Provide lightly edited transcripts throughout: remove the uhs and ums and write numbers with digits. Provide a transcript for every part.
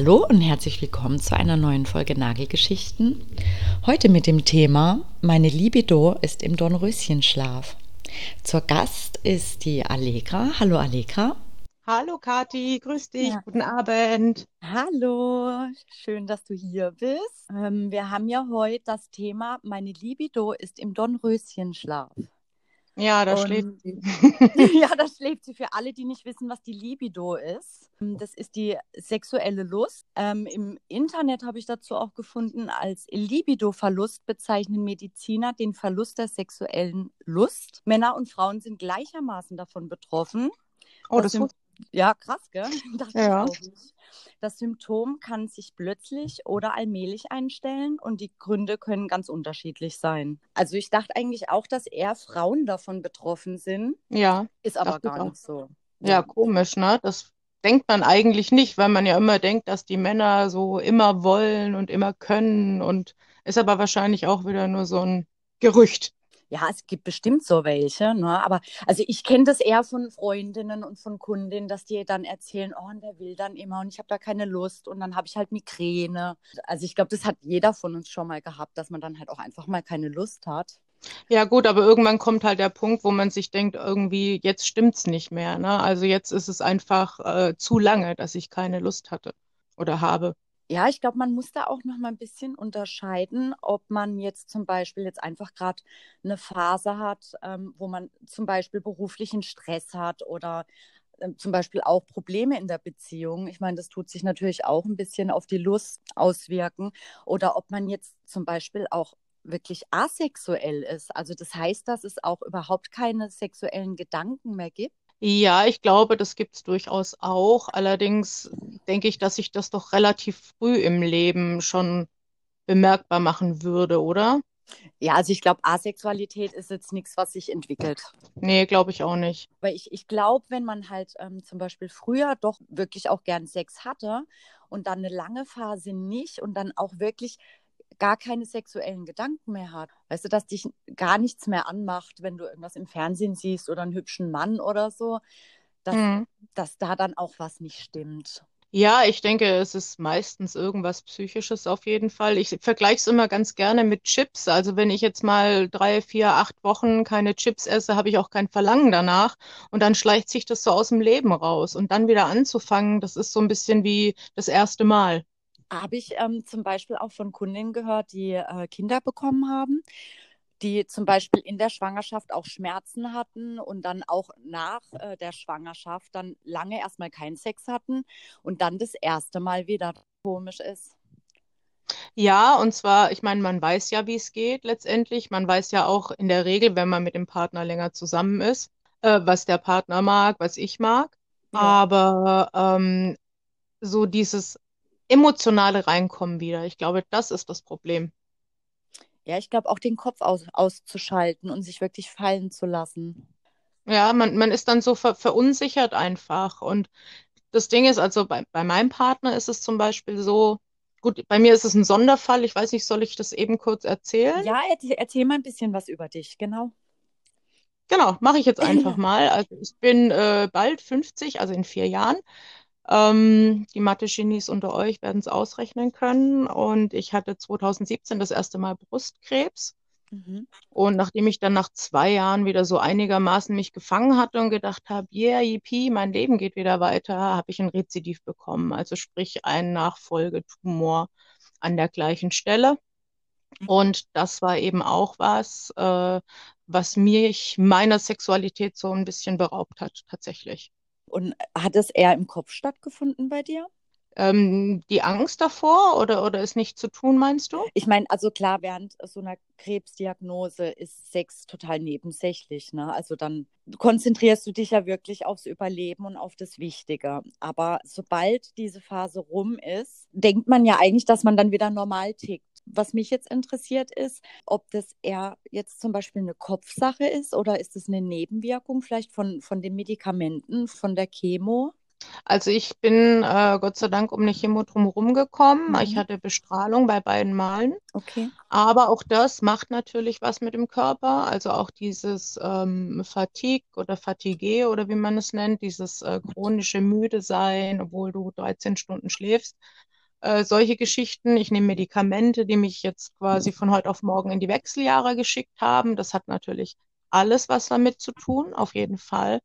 Hallo und herzlich willkommen zu einer neuen Folge Nagelgeschichten. Heute mit dem Thema Meine Libido ist im Dornröschenschlaf. Zur Gast ist die Allegra. Hallo Allegra. Hallo Kati, grüß dich, Ja. guten Abend. Hallo, schön, dass du hier bist. Wir haben ja heute das Thema Meine Libido ist im Dornröschenschlaf. Ja, da schläft Und sie. ja, das schläft sie für alle, die nicht wissen, was die Libido ist. Das ist die sexuelle Lust. Im Internet habe ich dazu auch gefunden, als Libido-Verlust bezeichnen Mediziner den Verlust der sexuellen Lust. Männer und Frauen sind gleichermaßen davon betroffen. Oh, Das das Sym wusste Ja, krass, gell? ich. Dachte ich Ja. auch nicht. Das Symptom kann sich plötzlich oder allmählich einstellen und die Gründe können ganz unterschiedlich sein. Also ich dachte eigentlich auch, dass eher Frauen davon betroffen sind, Ja, ist aber dachte ich gar auch. nicht so. Ja, Ja. komisch, ne? Das denkt man eigentlich nicht, weil man ja immer denkt, dass die Männer so immer wollen und immer können und ist aber wahrscheinlich auch wieder nur so ein Gerücht. Ja, es gibt bestimmt so welche, ne? Aber also ich kenne das eher von Freundinnen und von Kundinnen, dass die dann erzählen, oh, und der will dann immer und ich habe da keine Lust und dann habe ich halt Migräne. Also ich glaube, das hat jeder von uns schon mal gehabt, dass man dann halt auch einfach mal keine Lust hat. Ja, gut, aber irgendwann kommt halt der Punkt, wo man sich denkt, irgendwie, jetzt stimmt's nicht mehr, ne? Also jetzt ist es einfach zu lange, dass ich keine Lust hatte oder habe. Ja, ich glaube, man muss da auch noch mal ein bisschen unterscheiden, ob man jetzt zum Beispiel jetzt einfach gerade eine Phase hat, wo man zum Beispiel beruflichen Stress hat oder zum Beispiel auch Probleme in der Beziehung. Ich meine, das tut sich natürlich auch ein bisschen auf die Lust auswirken. Oder ob man jetzt zum Beispiel auch wirklich asexuell ist. Also das heißt, dass es auch überhaupt keine sexuellen Gedanken mehr gibt. Ja, ich glaube, das gibt es durchaus auch. Allerdings denke ich, dass sich das doch relativ früh im Leben schon bemerkbar machen würde, oder? Ja, also ich glaube, Asexualität ist jetzt nichts, was sich entwickelt. Nee, glaube ich auch nicht. Weil ich glaube, wenn man halt zum Beispiel früher doch wirklich auch gern Sex hatte und dann eine lange Phase nicht und dann auch wirklich gar keine sexuellen Gedanken mehr hat, weißt du, dass dich gar nichts mehr anmacht, wenn du irgendwas im Fernsehen siehst oder einen hübschen Mann oder so, dass, Hm. dass da dann auch was nicht stimmt. Ja, ich denke, es ist meistens irgendwas Psychisches auf jeden Fall. Ich vergleiche es immer ganz gerne mit Chips. Also wenn ich jetzt mal 3, 4, 8 Wochen keine Chips esse, habe ich auch kein Verlangen danach. Und dann schleicht sich das so aus dem Leben raus. Und dann wieder anzufangen, das ist so ein bisschen wie das erste Mal. Habe ich zum Beispiel auch von Kundinnen gehört, die Kinder bekommen haben, die zum Beispiel in der Schwangerschaft auch Schmerzen hatten und dann auch nach der Schwangerschaft dann lange erstmal keinen Sex hatten und dann das erste Mal wieder komisch ist. Ja, und zwar, ich meine, man weiß ja, wie es geht letztendlich. Man weiß ja auch in der Regel, wenn man mit dem Partner länger zusammen ist, was der Partner mag, was ich mag. Ja. Aber so dieses emotionale Reinkommen wieder, ich glaube, das ist das Problem. Ja, ich glaube auch den Kopf auszuschalten und sich wirklich fallen zu lassen. Ja, man ist dann so verunsichert einfach. Und das Ding ist, also bei meinem Partner ist es zum Beispiel so, gut, bei mir ist es ein Sonderfall. Ich weiß nicht, soll ich das eben kurz erzählen? Ja, erzähl mal ein bisschen was über dich, genau. Genau, mache ich jetzt einfach Ja. mal. Also ich bin bald 50, also in 4 Jahren. Die Mathe-Genies unter euch werden es ausrechnen können. Und ich hatte 2017 das erste Mal Brustkrebs. Mhm. Und nachdem ich dann nach 2 Jahren wieder so einigermaßen mich gefangen hatte und gedacht habe, yeah, yippie, mein Leben geht wieder weiter, habe ich ein Rezidiv bekommen. Also sprich einen Nachfolgetumor an der gleichen Stelle. Und das war eben auch was, was mich meiner Sexualität so ein bisschen beraubt hat, tatsächlich. Und hat es eher im Kopf stattgefunden bei dir? Die Angst davor oder es nicht zu tun, meinst du? Ich meine, also klar, während so einer Krebsdiagnose ist Sex total nebensächlich, ne? Also dann konzentrierst du dich ja wirklich aufs Überleben und auf das Wichtige. Aber sobald diese Phase rum ist, denkt man ja eigentlich, dass man dann wieder normal tickt. Was mich jetzt interessiert ist, ob das eher jetzt zum Beispiel eine Kopfsache ist oder ist es eine Nebenwirkung vielleicht von den Medikamenten, von der Chemo? Also ich bin Gott sei Dank um eine Chemo drumherum gekommen. Ich Mhm. hatte Bestrahlung bei beiden Malen. Okay. Aber auch das macht natürlich was mit dem Körper. Also auch dieses Fatigue oder Fatigue oder wie man es nennt, dieses chronische Müde sein, obwohl du 13 Stunden schläfst. solche Geschichten. Ich nehme Medikamente, die mich jetzt quasi von heute auf morgen in die Wechseljahre geschickt haben. Das hat natürlich alles was damit zu tun, auf jeden Fall.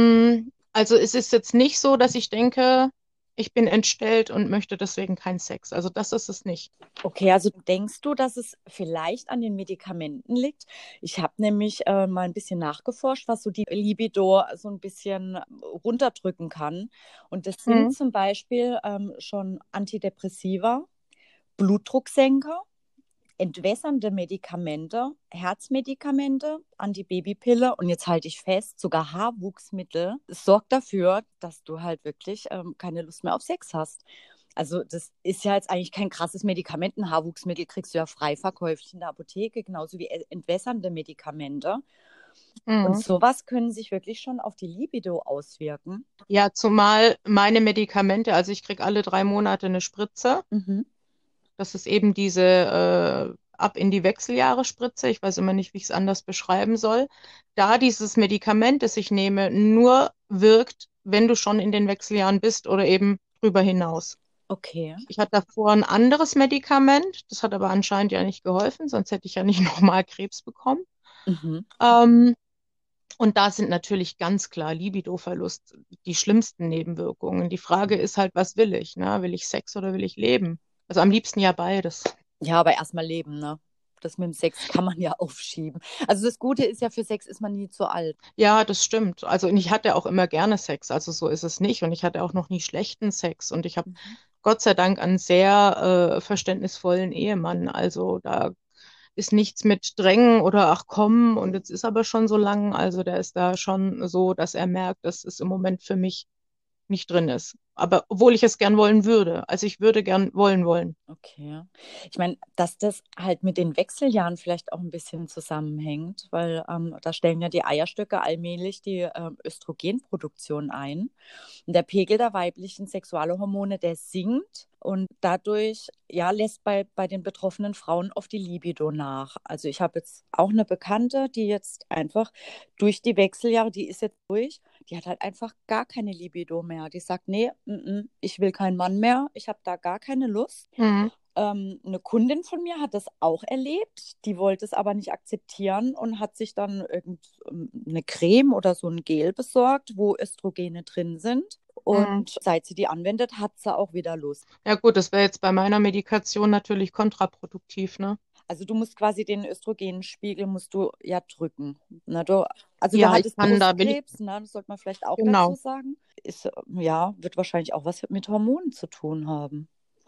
Also es ist jetzt nicht so, dass ich denke, ich bin entstellt und möchte deswegen keinen Sex. Also das ist es nicht. Okay, also denkst du, dass es vielleicht an den Medikamenten liegt? Ich habe nämlich mal ein bisschen nachgeforscht, was so die Libido so ein bisschen runterdrücken kann. Und das sind Mhm. zum Beispiel schon Antidepressiva, Blutdrucksenker, entwässernde Medikamente, Herzmedikamente, Antibabypille und jetzt halte ich fest, sogar Haarwuchsmittel. Es sorgt dafür, dass du halt wirklich keine Lust mehr auf Sex hast. Also das ist ja jetzt eigentlich kein krasses Medikament. Ein Haarwuchsmittel kriegst du ja frei verkäuflich in der Apotheke, genauso wie entwässernde Medikamente. Und Mhm. sowas können sich wirklich schon auf die Libido auswirken. Ja, zumal meine Medikamente, also ich kriege alle 3 Monate eine Spritze. Mhm. Das ist eben diese ab in die Wechseljahre Spritze. Ich weiß immer nicht, wie ich es anders beschreiben soll. Da dieses Medikament, das ich nehme, nur wirkt, wenn du schon in den Wechseljahren bist oder eben drüber hinaus. Okay. Ich hatte davor ein anderes Medikament, das hat aber anscheinend ja nicht geholfen, sonst hätte ich ja nicht nochmal Krebs bekommen. Mhm. Ähm, und da sind natürlich ganz klar Libidoverlust die schlimmsten Nebenwirkungen. Die Frage ist halt, was will ich? Ne? Will ich Sex oder will ich leben? Also am liebsten ja beides. Ja, aber erstmal leben, ne? Das mit dem Sex kann man ja aufschieben. Also das Gute ist ja, für Sex ist man nie zu alt. Ja, das stimmt. Also und ich hatte auch immer gerne Sex, also so ist es nicht. Und ich hatte auch noch nie schlechten Sex. Und ich habe Mhm. Gott sei Dank einen sehr verständnisvollen Ehemann. Also da ist nichts mit Drängen oder ach komm, und jetzt ist aber schon so lang. Also der ist da schon so, dass er merkt, dass es im Moment für mich nicht drin ist. Aber obwohl ich es gern wollen würde. Also ich würde gern wollen. Okay. Ich meine, dass das halt mit den Wechseljahren vielleicht auch ein bisschen zusammenhängt, weil da stellen ja die Eierstöcke allmählich die Östrogenproduktion ein. Und der Pegel der weiblichen Sexualhormone, der sinkt und dadurch ja, lässt bei den betroffenen Frauen oft die Libido nach. Also ich habe jetzt auch eine Bekannte, die jetzt einfach durch die Wechseljahre, die ist jetzt durch, die hat halt einfach gar keine Libido mehr. Die sagt, nee, ich will keinen Mann mehr, ich habe da gar keine Lust. Mhm. Eine Kundin von mir hat das auch erlebt, die wollte es aber nicht akzeptieren und hat sich dann irgendeine Creme oder so ein Gel besorgt, wo Östrogene drin sind. Mhm. Und seit sie die anwendet, hat sie auch wieder Lust. Ja gut, das wäre jetzt bei meiner Medikation natürlich kontraproduktiv, ne? Also du musst quasi den Östrogenspiegel musst du ja drücken. Na, also du Ja, ich hattest kann da, bin ich, Brustkrebs, ne? Das sollte man vielleicht auch dazu genau. sagen. Ist, ja, wird wahrscheinlich auch was mit Hormonen zu tun haben.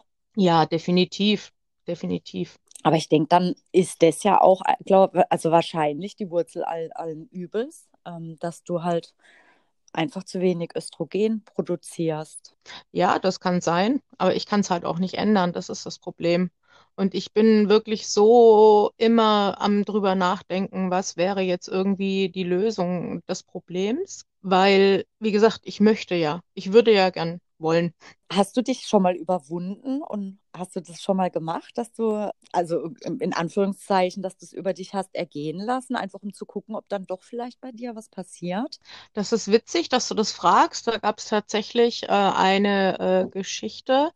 Ja, definitiv. Definitiv. Aber ich denke, dann ist das ja auch, also wahrscheinlich die Wurzel allen Übels, dass du halt einfach zu wenig Östrogen produzierst. Ja, das kann sein, aber ich kann es halt auch nicht ändern. Das ist das Problem. Und ich bin wirklich so immer am drüber nachdenken, was wäre jetzt irgendwie die Lösung des Problems? Weil, wie gesagt, ich möchte ja, ich würde ja gern wollen. Hast du dich schon mal überwunden und hast du das schon mal gemacht, dass du, also in Anführungszeichen, dass du es über dich hast ergehen lassen, einfach um zu gucken, ob dann doch vielleicht bei dir was passiert? Das ist witzig, dass du das fragst. Da gab es tatsächlich eine Geschichte.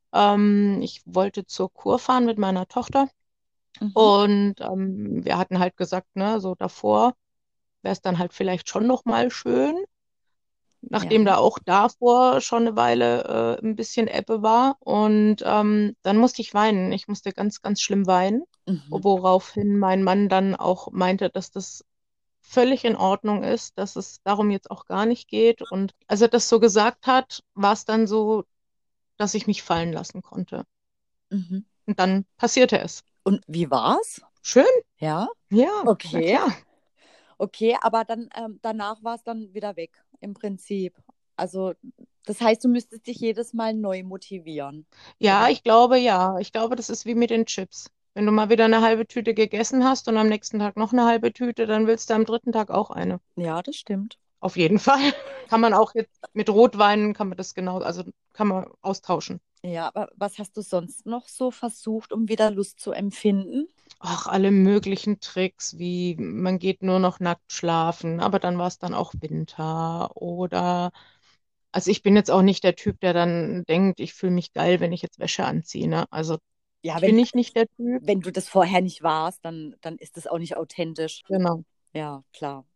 Ich wollte zur Kur fahren mit meiner Tochter Mhm. und wir hatten halt gesagt, ne, so davor wäre es dann halt vielleicht schon noch mal schön, nachdem Ja. da auch davor schon eine Weile ein bisschen Ebbe war. Und dann musste ich weinen. Ich musste ganz, ganz schlimm weinen, Mhm. woraufhin mein Mann dann auch meinte, dass das völlig in Ordnung ist, dass es darum jetzt auch gar nicht geht. Und als er das so gesagt hat, war es dann so, dass ich mich fallen lassen konnte. Mhm. Und dann passierte es. Und wie war's? Schön, Ja. ja, na Okay. klar. Okay, aber dann danach war es dann wieder weg, im Prinzip. Also, das heißt, du müsstest dich jedes Mal neu motivieren, Ja, oder? ich glaube ja. Ich glaube, das ist wie mit den Chips. Wenn du mal wieder eine halbe Tüte gegessen hast und am nächsten Tag noch eine halbe Tüte, dann willst du am dritten Tag auch eine. Ja, das stimmt. Auf jeden Fall. Kann man auch jetzt mit Rotweinen, kann man das genau, also kann man austauschen. Ja, aber was hast du sonst noch so versucht, um wieder Lust zu empfinden? Ach, alle möglichen Tricks, wie man geht nur noch nackt schlafen, aber dann war es dann auch Winter oder Also ich bin jetzt auch nicht der Typ, der dann denkt, ich fühle mich geil, wenn ich jetzt Wäsche anziehe, ne? Also Ja, bin ich nicht der Typ. wenn du das vorher nicht warst, dann ist das auch nicht authentisch. Genau. Ja, klar.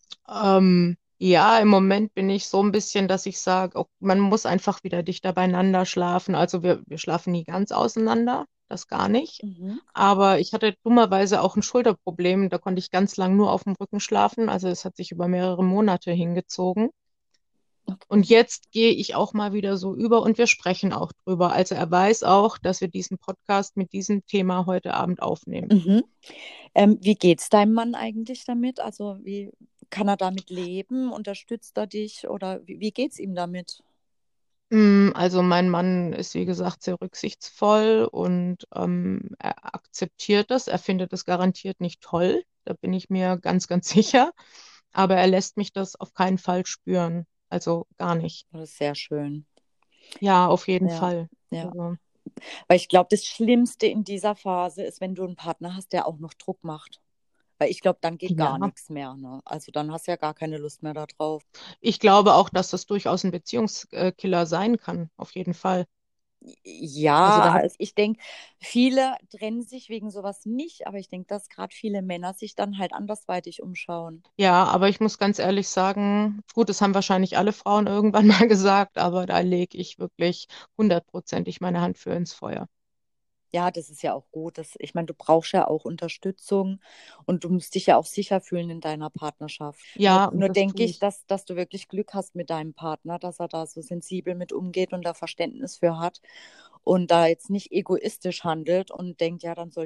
Ja, im Moment bin ich so ein bisschen, dass ich sage, man muss einfach wieder dichter beieinander schlafen. Also wir schlafen nie ganz auseinander, das gar nicht. Mhm. Aber ich hatte dummerweise auch ein Schulterproblem. Da konnte ich ganz lang nur auf dem Rücken schlafen. Also es hat sich über mehrere Monate hingezogen. Okay. Und jetzt gehe ich auch mal wieder so über und wir sprechen auch drüber. Also er weiß auch, dass wir diesen Podcast mit diesem Thema heute Abend aufnehmen. Mhm. Wie geht's deinem Mann eigentlich damit? Also wie kann er damit leben? Unterstützt er dich oder wie geht's ihm damit? Also mein Mann ist, wie gesagt, sehr rücksichtsvoll und er akzeptiert das. Er findet es garantiert nicht toll. Da bin ich mir ganz, ganz sicher. Aber er lässt mich das auf keinen Fall spüren. Also gar nicht. Das ist sehr schön. Ja, auf jeden Ja, Fall. ja. Also, Weil ich glaube, das Schlimmste in dieser Phase ist, wenn du einen Partner hast, der auch noch Druck macht. Weil ich glaube, dann geht gar ja, nichts mehr. Ne? Also dann hast du ja gar keine Lust mehr darauf. ich glaube auch, dass das durchaus ein Beziehungskiller sein kann. Auf jeden Fall. Also Ja, da also ich denke, viele trennen sich wegen sowas nicht, aber ich denke, dass gerade viele Männer sich dann halt andersweitig umschauen. Ja, aber ich muss ganz ehrlich sagen, gut, das haben wahrscheinlich alle Frauen irgendwann mal gesagt, aber da lege ich wirklich hundertprozentig meine Hand für ins Feuer. Ja, das ist ja auch gut. Ich meine, du brauchst ja auch Unterstützung und du musst dich ja auch sicher fühlen in deiner Partnerschaft. Nur, Ja, und nur das denke tue ich, ich. dass du wirklich Glück hast mit deinem Partner, dass er da so sensibel mit umgeht und da Verständnis für hat und da jetzt nicht egoistisch handelt und denkt, ja, dann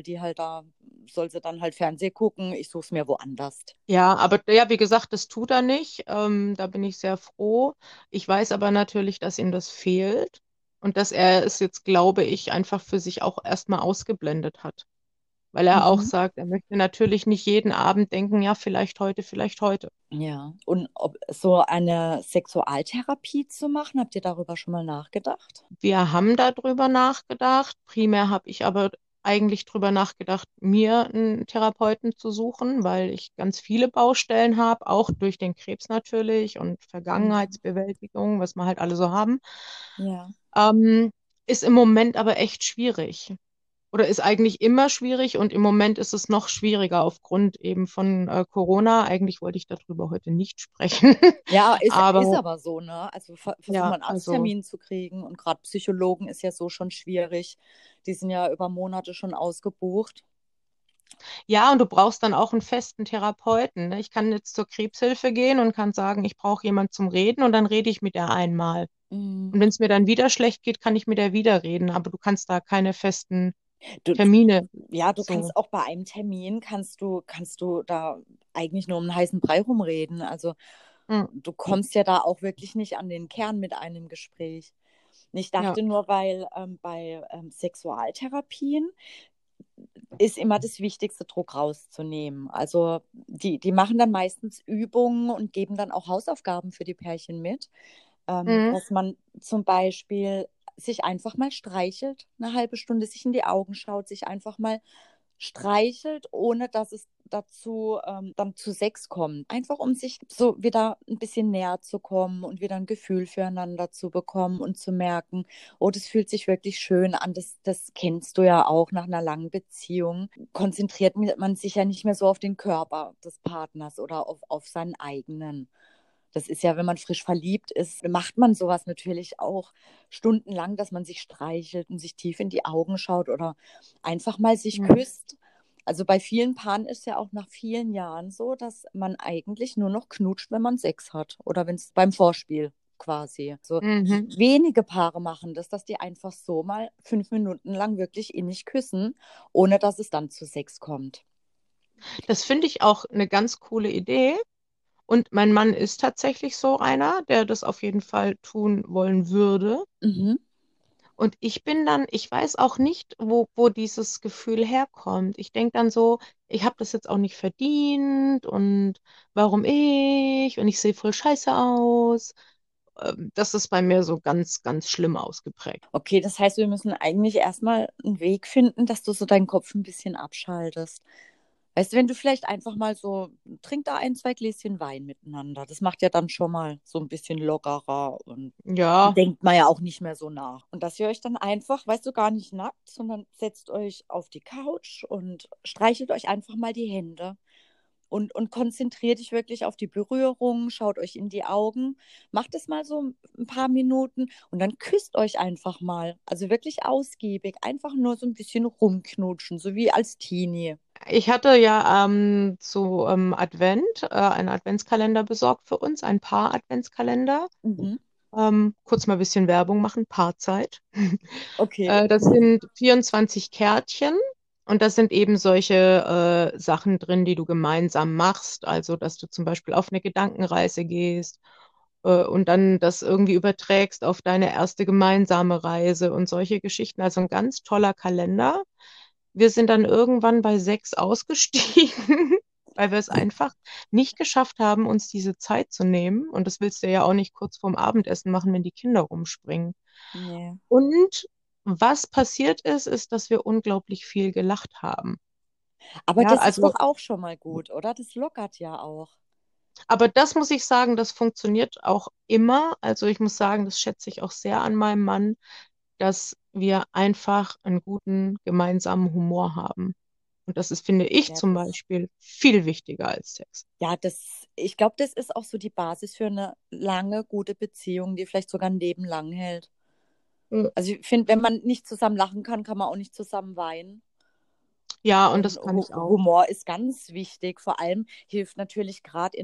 soll sie dann halt Fernsehen gucken, ich suche es mir woanders. Ja, aber ja, wie gesagt, das tut er nicht. Da bin ich sehr froh. Ich weiß aber natürlich, dass ihm das fehlt und dass er es jetzt, glaube ich, einfach für sich auch erstmal ausgeblendet hat. Weil er auch Mhm. sagt, er möchte natürlich nicht jeden Abend denken, ja, vielleicht heute, vielleicht heute. Ja, und ob so eine Sexualtherapie zu machen, habt ihr darüber schon mal nachgedacht? Wir haben darüber nachgedacht. Primär habe ich aber eigentlich darüber nachgedacht, mir einen Therapeuten zu suchen, weil ich ganz viele Baustellen habe, auch durch den Krebs natürlich und Mhm. Vergangenheitsbewältigung, was wir halt alle so haben. Ja. Ähm, Ist im Moment aber echt schwierig. Oder ist eigentlich immer schwierig und im Moment ist es noch schwieriger aufgrund eben von Corona. Eigentlich wollte ich darüber heute nicht sprechen, Ja, ist aber aber so, ne? Also versuch ja, mal einen also. Arzttermin zu kriegen und gerade Psychologen ist ja so schon schwierig. Die sind ja über Monate schon ausgebucht. Ja, und du brauchst dann auch einen festen Therapeuten. Ne? Ich kann jetzt zur Krebshilfe gehen und kann sagen, ich brauche jemanden zum Reden und dann rede ich mit der einmal. Mhm. Und wenn es mir dann wieder schlecht geht, kann ich mit der wieder reden. Aber du kannst da keine festen Du, du, Termine ja, du so. kannst auch bei einem Termin, kannst du da eigentlich nur um einen heißen Brei rumreden. Also Hm, du kommst ja da auch wirklich nicht an den Kern mit einem Gespräch. Ich ja. dachte nur, weil bei Sexualtherapien ist immer das Wichtigste, Druck rauszunehmen. Also die machen dann meistens Übungen und geben dann auch Hausaufgaben für die Pärchen mit, Mhm. dass man zum Beispiel sich einfach mal streichelt, eine halbe Stunde sich in die Augen schaut, sich einfach mal streichelt, ohne dass es dazu dann zu Sex kommt. Einfach um sich so wieder ein bisschen näher zu kommen und wieder ein Gefühl füreinander zu bekommen und zu merken, oh, das fühlt sich wirklich schön an. Das kennst du ja auch nach einer langen Beziehung. Konzentriert man sich ja nicht mehr so auf den Körper des Partners oder auf seinen eigenen. Das ist ja, wenn man frisch verliebt ist, macht man sowas natürlich auch stundenlang, dass man sich streichelt und sich tief in die Augen schaut oder einfach mal sich Mhm. küsst. Also bei vielen Paaren ist ja auch nach vielen Jahren so, dass man eigentlich nur noch knutscht, wenn man Sex hat oder wenn es beim Vorspiel quasi. So Mhm. wenige Paare machen das, dass die einfach so mal 5 Minuten lang wirklich innig küssen, ohne dass es dann zu Sex kommt. Das finde ich auch eine ganz coole Idee. Und mein Mann ist tatsächlich so einer, der das auf jeden Fall tun wollen würde. Mhm. Und ich bin dann, ich weiß auch nicht, wo dieses Gefühl herkommt. Ich denke dann so, ich habe das jetzt auch nicht verdient und warum ich und ich sehe voll scheiße aus. Das ist bei mir so ganz, ganz schlimm ausgeprägt. Okay, das heißt, wir müssen eigentlich erstmal einen Weg finden, dass du so deinen Kopf ein bisschen abschaltest. Weißt du, wenn du vielleicht einfach mal so, trink da ein, zwei Gläschen Wein miteinander. Das macht ja dann schon mal so ein bisschen lockerer und Ja, denkt man ja auch nicht mehr so nach. Und dass ihr euch dann einfach, weißt du, gar nicht nackt, sondern setzt euch auf die Couch und streichelt euch einfach mal die Hände und konzentriert dich wirklich auf die Berührung, schaut euch in die Augen, macht es mal so ein paar Minuten und dann küsst euch einfach mal. Also wirklich ausgiebig, einfach nur so ein bisschen rumknutschen, so wie als Teenie. ich hatte ja zu Advent einen Adventskalender besorgt für uns, ein Paar-Adventskalender. Mhm. Kurz mal ein bisschen Werbung machen, Paarzeit. Okay. Das sind 24 Kärtchen und das sind eben solche Sachen drin, die du gemeinsam machst. Also, dass du zum Beispiel auf eine Gedankenreise gehst und dann das irgendwie überträgst auf deine erste gemeinsame Reise und solche Geschichten. Also ein ganz toller Kalender. Wir sind dann irgendwann bei 6 ausgestiegen, weil wir es einfach nicht geschafft haben, uns diese Zeit zu nehmen. Und das willst du ja auch nicht kurz vorm Abendessen machen, wenn die Kinder rumspringen. Nee. Und was passiert ist, ist, dass wir unglaublich viel gelacht haben. Aber Ja, das ist also, doch auch schon mal gut, oder? Das lockert ja auch. aber das muss ich sagen, das funktioniert auch immer. Also ich muss sagen, das schätze ich auch sehr an meinem Mann, dass wir einfach einen guten gemeinsamen Humor haben. Und das ist, finde ich Ja, zum Beispiel, viel wichtiger als Sex. ich glaube, das ist auch so die Basis für eine lange, gute Beziehung, die vielleicht sogar ein Leben lang hält. Mm. Also ich finde, wenn man nicht zusammen lachen kann, kann man auch nicht zusammen weinen. Ja, und Und das kann ich auch. Humor ist ganz wichtig. Vor allem hilft natürlich gerade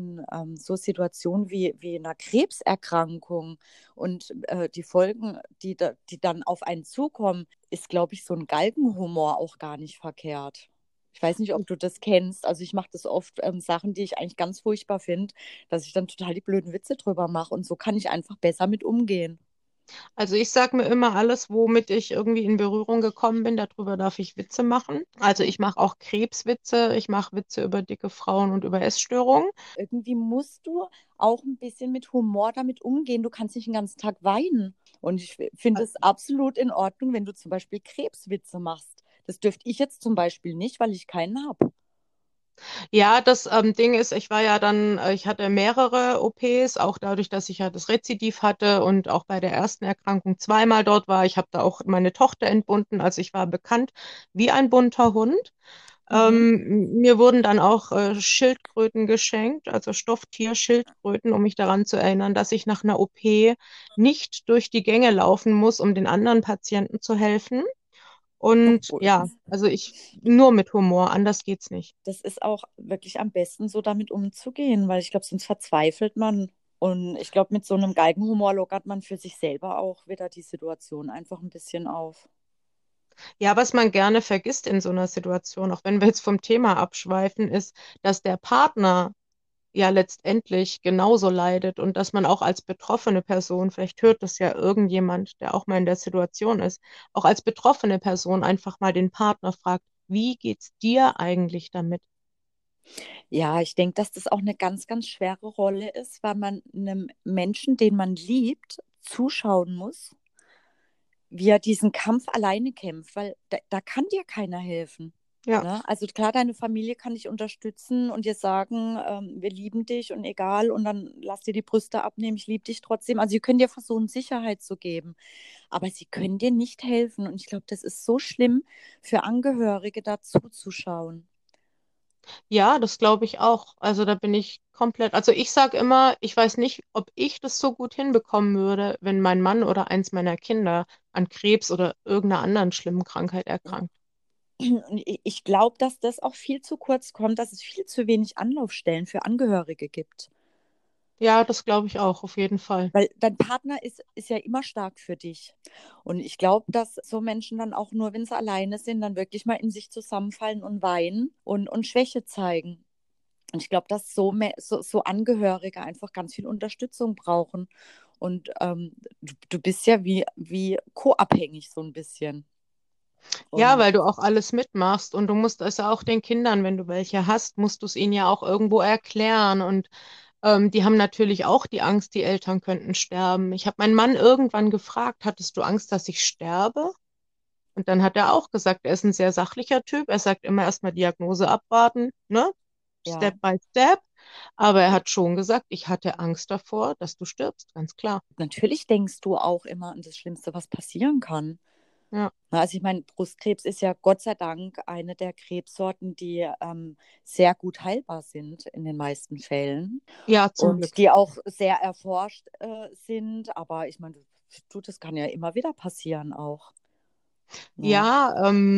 in so Situationen wie einer Krebserkrankung und die Folgen, die dann auf einen zukommen, ist, glaube ich, so ein Galgenhumor auch gar nicht verkehrt. Ich weiß nicht, ob du das kennst. Also ich mache das oft, Sachen, die ich eigentlich ganz furchtbar finde, dass ich dann total die blöden Witze drüber mache. Und so kann ich einfach besser mit umgehen. Also ich sage mir immer, alles, womit ich irgendwie in Berührung gekommen bin, darüber darf ich Witze machen. Also ich mache auch Krebswitze, ich mache Witze über dicke Frauen und über Essstörungen. Irgendwie musst du auch ein bisschen mit Humor damit umgehen. Du kannst nicht den ganzen Tag weinen. Und ich finde es absolut in Ordnung, wenn du zum Beispiel Krebswitze machst. Das dürfte ich jetzt zum Beispiel nicht, weil ich keinen habe. Ja, das Ding ist, ich war ja dann, ich hatte mehrere OPs, auch dadurch, dass ich ja das Rezidiv hatte und auch bei der ersten Erkrankung zweimal dort war. Ich habe da auch meine Tochter entbunden, also ich war bekannt wie ein bunter Hund. Mhm. Mir wurden dann auch Schildkröten geschenkt, also Stofftierschildkröten, um mich daran zu erinnern, dass ich nach einer OP nicht durch die Gänge laufen muss, um den anderen Patienten zu helfen. Und Obwohl, ja, also ich nur mit Humor, anders geht's nicht. das ist auch wirklich am besten, so damit umzugehen, weil ich glaube, sonst verzweifelt man. Und ich glaube, mit so einem Galgenhumor lockert man für sich selber auch wieder die Situation einfach ein bisschen auf. Ja, was man gerne vergisst in so einer Situation, auch wenn wir jetzt vom Thema abschweifen, ist, dass der Partner ja letztendlich genauso leidet und dass man auch als betroffene Person, vielleicht hört das ja irgendjemand, der auch mal in der Situation ist, auch als betroffene Person einfach mal den Partner fragt, wie geht's dir eigentlich damit? Ja, ich denke, dass das auch eine ganz, ganz schwere Rolle ist, weil man einem Menschen, den man liebt, zuschauen muss, wie er diesen Kampf alleine kämpft, weil da kann dir keiner helfen. Ja. Ne? Also klar, deine Familie kann dich unterstützen und dir sagen, wir lieben dich und egal, und dann lass dir die Brüste abnehmen, ich liebe dich trotzdem. Also sie können dir versuchen, Sicherheit zu geben, aber sie können dir nicht helfen. Und ich glaube, das ist so schlimm für Angehörige, da zuzuschauen. Ja, das glaube ich auch. Also da bin ich komplett, also ich sage immer, ich weiß nicht, ob ich das so gut hinbekommen würde, wenn mein Mann oder eins meiner Kinder an Krebs oder irgendeiner anderen schlimmen Krankheit erkrankt. Und ich glaube, dass das auch viel zu kurz kommt, dass es viel zu wenig Anlaufstellen für Angehörige gibt. Ja, das glaube ich auch, auf jeden Fall. Weil dein Partner ist ja immer stark für dich. Und ich glaube, dass so Menschen dann auch nur, wenn sie alleine sind, dann wirklich mal in sich zusammenfallen und weinen und Schwäche zeigen. Und ich glaube, dass so Angehörige einfach ganz viel Unterstützung brauchen. Und du bist ja wie co-abhängig so ein bisschen. Ja, Und weil du auch alles mitmachst und du musst es ja auch den Kindern, wenn du welche hast, musst du es ihnen ja auch irgendwo erklären und die haben natürlich auch die Angst, die Eltern könnten sterben. Ich habe meinen Mann irgendwann gefragt, hattest du Angst, dass ich sterbe? Und dann hat er auch gesagt, er ist ein sehr sachlicher Typ. Er sagt immer erstmal Diagnose abwarten, ne? Ja. Step by Step. Aber er hat schon gesagt, ich hatte Angst davor, dass du stirbst, ganz klar. Natürlich denkst du auch immer an das Schlimmste, was passieren kann. Ja, Na, also ich meine, Brustkrebs ist ja Gott sei Dank eine der Krebssorten, die sehr gut heilbar sind in den meisten Fällen ja, zum und Glück. die auch sehr erforscht sind. Aber ich meine, du, das kann ja immer wieder passieren auch. Ja. Ja,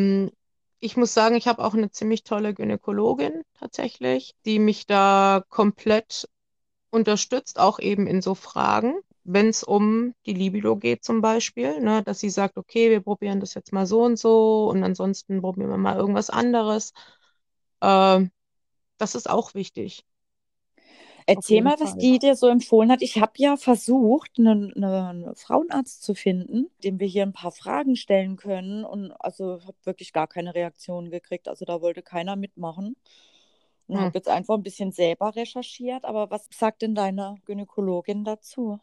ich muss sagen, ich habe auch eine ziemlich tolle Gynäkologin tatsächlich, die mich da komplett unterstützt, auch eben in so Fragen, wenn es um die Libido geht zum Beispiel, ne, dass sie sagt, okay, wir probieren das jetzt mal so und ansonsten probieren wir mal irgendwas anderes. Ähm, Das ist auch wichtig, auf Erzähl jeden mal, was Fall. die dir so empfohlen hat. Ich habe ja versucht, einen Frauenarzt zu finden, dem wir hier ein paar Fragen stellen können. Und also habe wirklich gar keine Reaktion gekriegt. Also da wollte keiner mitmachen. Und Hm. habe jetzt einfach ein bisschen selber recherchiert. Aber was sagt denn deine Gynäkologin dazu?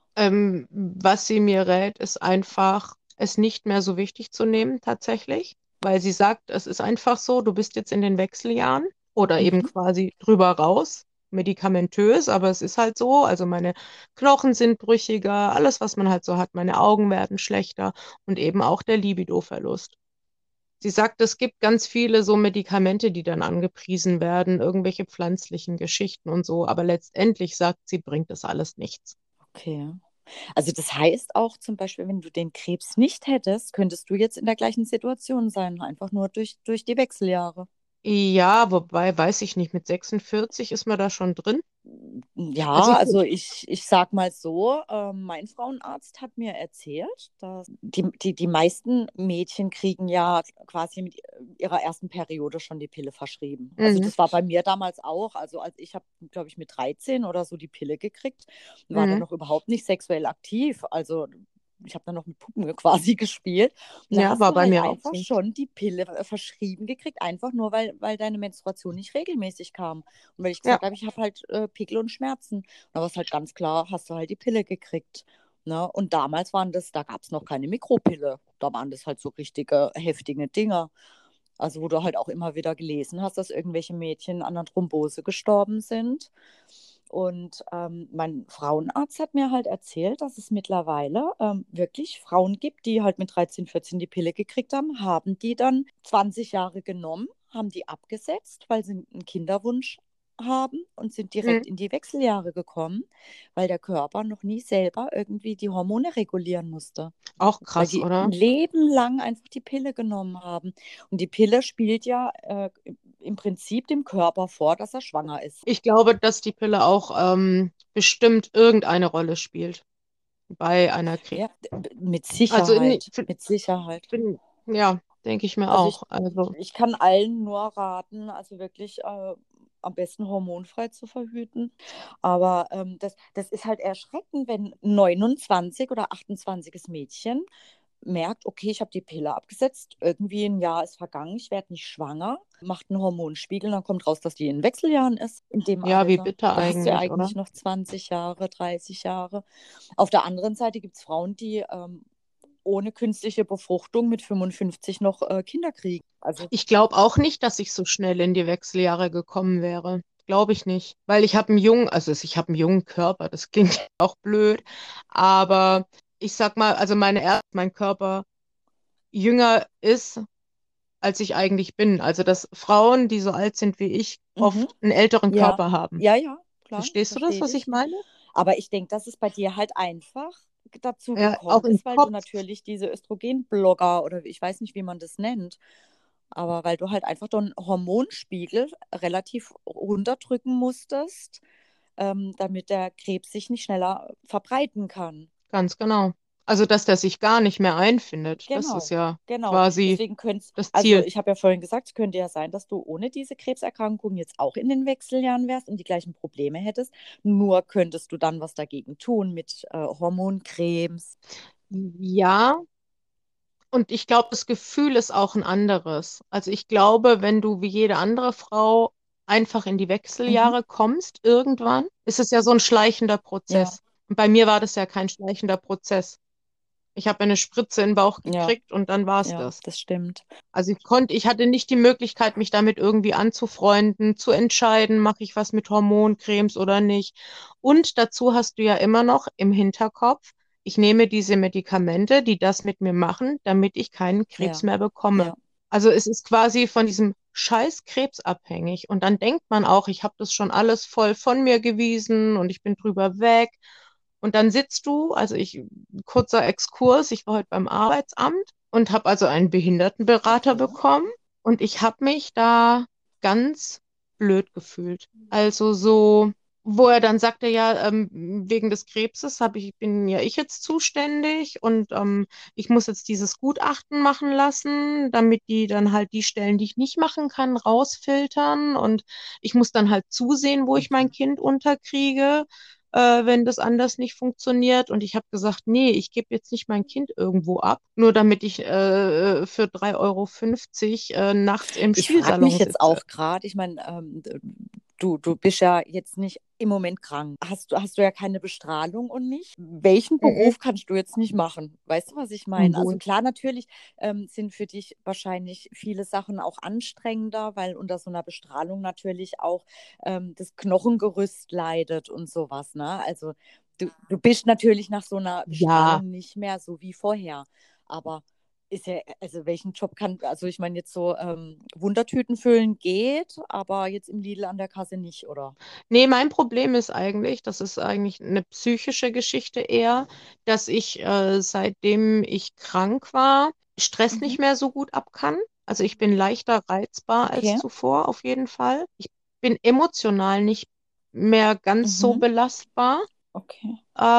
Was sie mir rät, ist einfach, es nicht mehr so wichtig zu nehmen, tatsächlich, weil sie sagt, es ist einfach so, du bist jetzt in den Wechseljahren oder eben Mhm. quasi drüber raus, medikamentös, aber es ist halt so, also meine Knochen sind brüchiger, alles, was man halt so hat, meine Augen werden schlechter und eben auch der Libidoverlust. Sie sagt, es gibt ganz viele so Medikamente, die dann angepriesen werden, irgendwelche pflanzlichen Geschichten und so, aber letztendlich sagt sie, bringt das alles nichts. Okay. Also das heißt auch zum Beispiel, wenn du den Krebs nicht hättest, könntest du jetzt in der gleichen Situation sein, einfach nur durch die Wechseljahre. Ja, wobei, weiß ich nicht, mit 46 ist man da schon drin. Also Ja, also ich sag mal so, mein Frauenarzt hat mir erzählt, dass die meisten Mädchen kriegen ja quasi mit ihrer ersten Periode schon die Pille verschrieben. Also mhm, das war bei mir damals auch. Also als ich habe, glaube ich, mit 13 oder so die Pille gekriegt, war dann mhm, noch überhaupt nicht sexuell aktiv. Also ich habe dann noch mit Puppen quasi gespielt. Und da ja, hast war du bei halt mir auch einfach so. schon die Pille verschrieben gekriegt, einfach nur, weil deine Menstruation nicht regelmäßig kam. Und weil ich Ja, gesagt habe, ich habe halt Pickel und Schmerzen. Da war es halt ganz klar, hast du halt die Pille gekriegt. Ne? Und damals waren das, da gab es noch keine Mikropille. Da waren das halt so richtige, heftige Dinger. Also wo du halt auch immer wieder gelesen hast, dass irgendwelche Mädchen an einer Thrombose gestorben sind. Und mein Frauenarzt hat mir halt erzählt, dass es mittlerweile wirklich Frauen gibt, die halt mit 13, 14 die Pille gekriegt haben die dann 20 Jahre genommen, haben die abgesetzt, weil sie einen Kinderwunsch haben und sind direkt mhm. in die Wechseljahre gekommen, weil der Körper noch nie selber irgendwie die Hormone regulieren musste. Auch Weil krass, die ein oder? Leben lang einfach die Pille genommen haben. Und die Pille spielt ja im Prinzip dem Körper vor, dass er schwanger ist. Ich glaube, dass die Pille auch bestimmt irgendeine Rolle spielt bei einer Krebs. Ja, mit Also Sicherheit, mit Sicherheit. ja, denke ich mir Also auch. Also ich kann allen nur raten, also wirklich am besten hormonfrei zu verhüten. Aber das ist halt erschreckend, wenn 29 oder 28 Mädchen merkt, okay, ich habe die Pille abgesetzt, irgendwie ein Jahr ist vergangen, ich werde nicht schwanger, macht einen Hormonspiegel, dann kommt raus, dass die in Wechseljahren ist, in dem ja, wie Alter. bitter Da hast du ja eigentlich, oder? eigentlich noch 20 Jahre, 30 Jahre. Auf der anderen Seite gibt es Frauen, die ohne künstliche Befruchtung mit 55 noch Kinder kriegen. Also Ich glaube auch nicht, dass ich so schnell in die Wechseljahre gekommen wäre. Glaube ich nicht. Weil ich habe einen jungen, also ich habe einen jungen Körper, das klingt auch blöd, aber ich sag mal, also mein Körper jünger ist, als ich eigentlich bin. Also dass Frauen, die so alt sind wie ich, mhm, oft einen älteren ja, Körper haben. ja, ja, klar, Verstehst du das, verstehe was ich ich. meine? Aber ich denke, dass es bei dir halt einfach dazu Ja, auch gekommen im ist, weil du Kopf. natürlich diese Östrogenblogger oder ich weiß nicht, wie man das nennt, aber weil du halt einfach den Hormonspiegel relativ runterdrücken musstest, damit der Krebs sich nicht schneller verbreiten kann. Ganz genau. Also dass der sich gar nicht mehr einfindet, das ist Genau, ja genau. quasi Deswegen könnte es, das also Ziel. ich habe ja vorhin gesagt, es könnte ja sein, dass du ohne diese Krebserkrankung jetzt auch in den Wechseljahren wärst und die gleichen Probleme hättest. Nur könntest du dann was dagegen tun mit Hormoncremes. Ja, und ich glaube, das Gefühl ist auch ein anderes. Also ich glaube, wenn du wie jede andere Frau einfach in die Mhm. Wechseljahre kommst, irgendwann, ist es ja so ein schleichender Ja, Prozess. Und bei mir war das ja kein schleichender Prozess. Ich habe eine Spritze in den Bauch Ja, gekriegt und dann war es ja, das. das stimmt. Also ich hatte nicht die Möglichkeit, mich damit irgendwie anzufreunden, zu entscheiden, mache ich was mit Hormoncremes oder nicht. Und dazu hast du ja immer noch im Hinterkopf, ich nehme diese Medikamente, die das mit mir machen, damit ich keinen Krebs Ja, mehr bekomme. ja, Also es ist quasi von diesem Scheiß Krebs abhängig. Und dann denkt man auch, ich habe das schon alles voll von mir gewiesen und ich bin drüber weg. Und dann sitzt du, kurzer Exkurs, ich war heute beim Arbeitsamt und habe also einen Behindertenberater okay. bekommen und ich habe mich da ganz blöd gefühlt. Also so, wo er dann sagte, ja, wegen des Krebses bin ja ich jetzt zuständig und ich muss jetzt dieses Gutachten machen lassen, damit die dann halt die Stellen, die ich nicht machen kann, rausfiltern und ich muss dann halt zusehen, wo ich mein Mhm. Kind unterkriege, wenn das anders nicht funktioniert. Und ich habe gesagt, nee, ich gebe jetzt nicht mein Kind irgendwo ab, nur damit ich für 3,50 € nachts im Ich frage mich Spielsalon jetzt sitze. auch gerade, ich meine, du bist ja jetzt nicht im Moment krank. Hast du ja keine Bestrahlung und nicht? Welchen Mhm. Beruf kannst du jetzt nicht machen? Weißt du, was ich meine? Also Wohl. klar, natürlich sind für dich wahrscheinlich viele Sachen auch anstrengender, weil unter so einer Bestrahlung natürlich auch das Knochengerüst leidet und sowas, ne? Also du bist natürlich nach so einer Ja, Bestrahlung nicht mehr so wie vorher. Aber ist ja, also welchen Job kann, also ich meine jetzt so Wundertüten füllen geht, aber jetzt im Lidl an der Kasse nicht, oder? nee, mein Problem ist eigentlich, das ist eigentlich eine psychische Geschichte eher, dass ich seitdem ich krank war, Stress Mhm. nicht mehr so gut ab kann. Also ich bin leichter reizbar als Okay. zuvor, auf jeden Fall. Ich bin emotional nicht mehr ganz so Mhm. belastbar. Okay.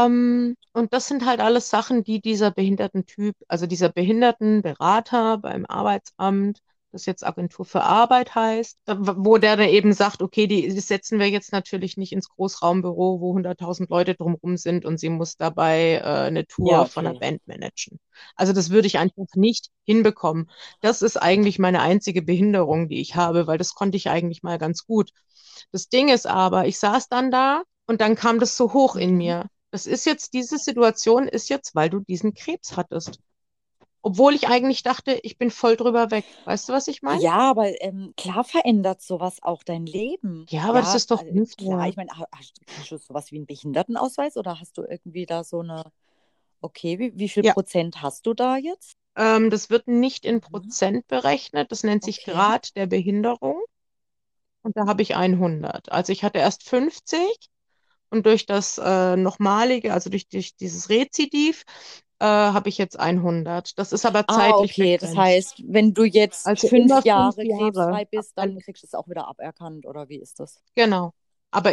Und das sind halt alles Sachen, die dieser Behindertentyp, also dieser Behindertenberater beim Arbeitsamt, das jetzt Agentur für Arbeit heißt, wo der dann eben sagt, okay, die setzen wir jetzt natürlich nicht ins Großraumbüro, wo 100.000 Leute drumherum sind und sie muss dabei eine Ja, Tour von der okay. Band managen. Also das würde ich einfach nicht hinbekommen. Das ist eigentlich meine einzige Behinderung, die ich habe, weil das konnte ich eigentlich mal ganz gut. Das Ding ist aber, ich saß dann da und dann kam das so hoch in Mhm. mir. Diese Situation ist jetzt, weil du diesen Krebs hattest. Obwohl ich eigentlich dachte, ich bin voll drüber weg. Weißt du, was ich meine? Ja, aber klar verändert sowas auch dein Leben. Ja, aber das Ja, ist doch klar, Unfair. ich meine, kriegst du sowas wie einen Behindertenausweis oder hast du irgendwie da so eine, okay, wie viel Ja, Prozent hast du da jetzt? das wird nicht in Mhm. Prozent berechnet. Das nennt sich Okay. Grad der Behinderung. Und da habe ich 100. Also ich hatte erst 50 und durch das nochmalige, also durch dieses Rezidiv, habe ich jetzt 100. Das ist aber Ah, zeitlich okay. Das begrenzt. heißt, wenn du jetzt Also fünf immer 5 Jahre Jahre. krebsfrei bist, dann kriegst du es auch wieder aberkannt, oder wie ist das? Genau. Aber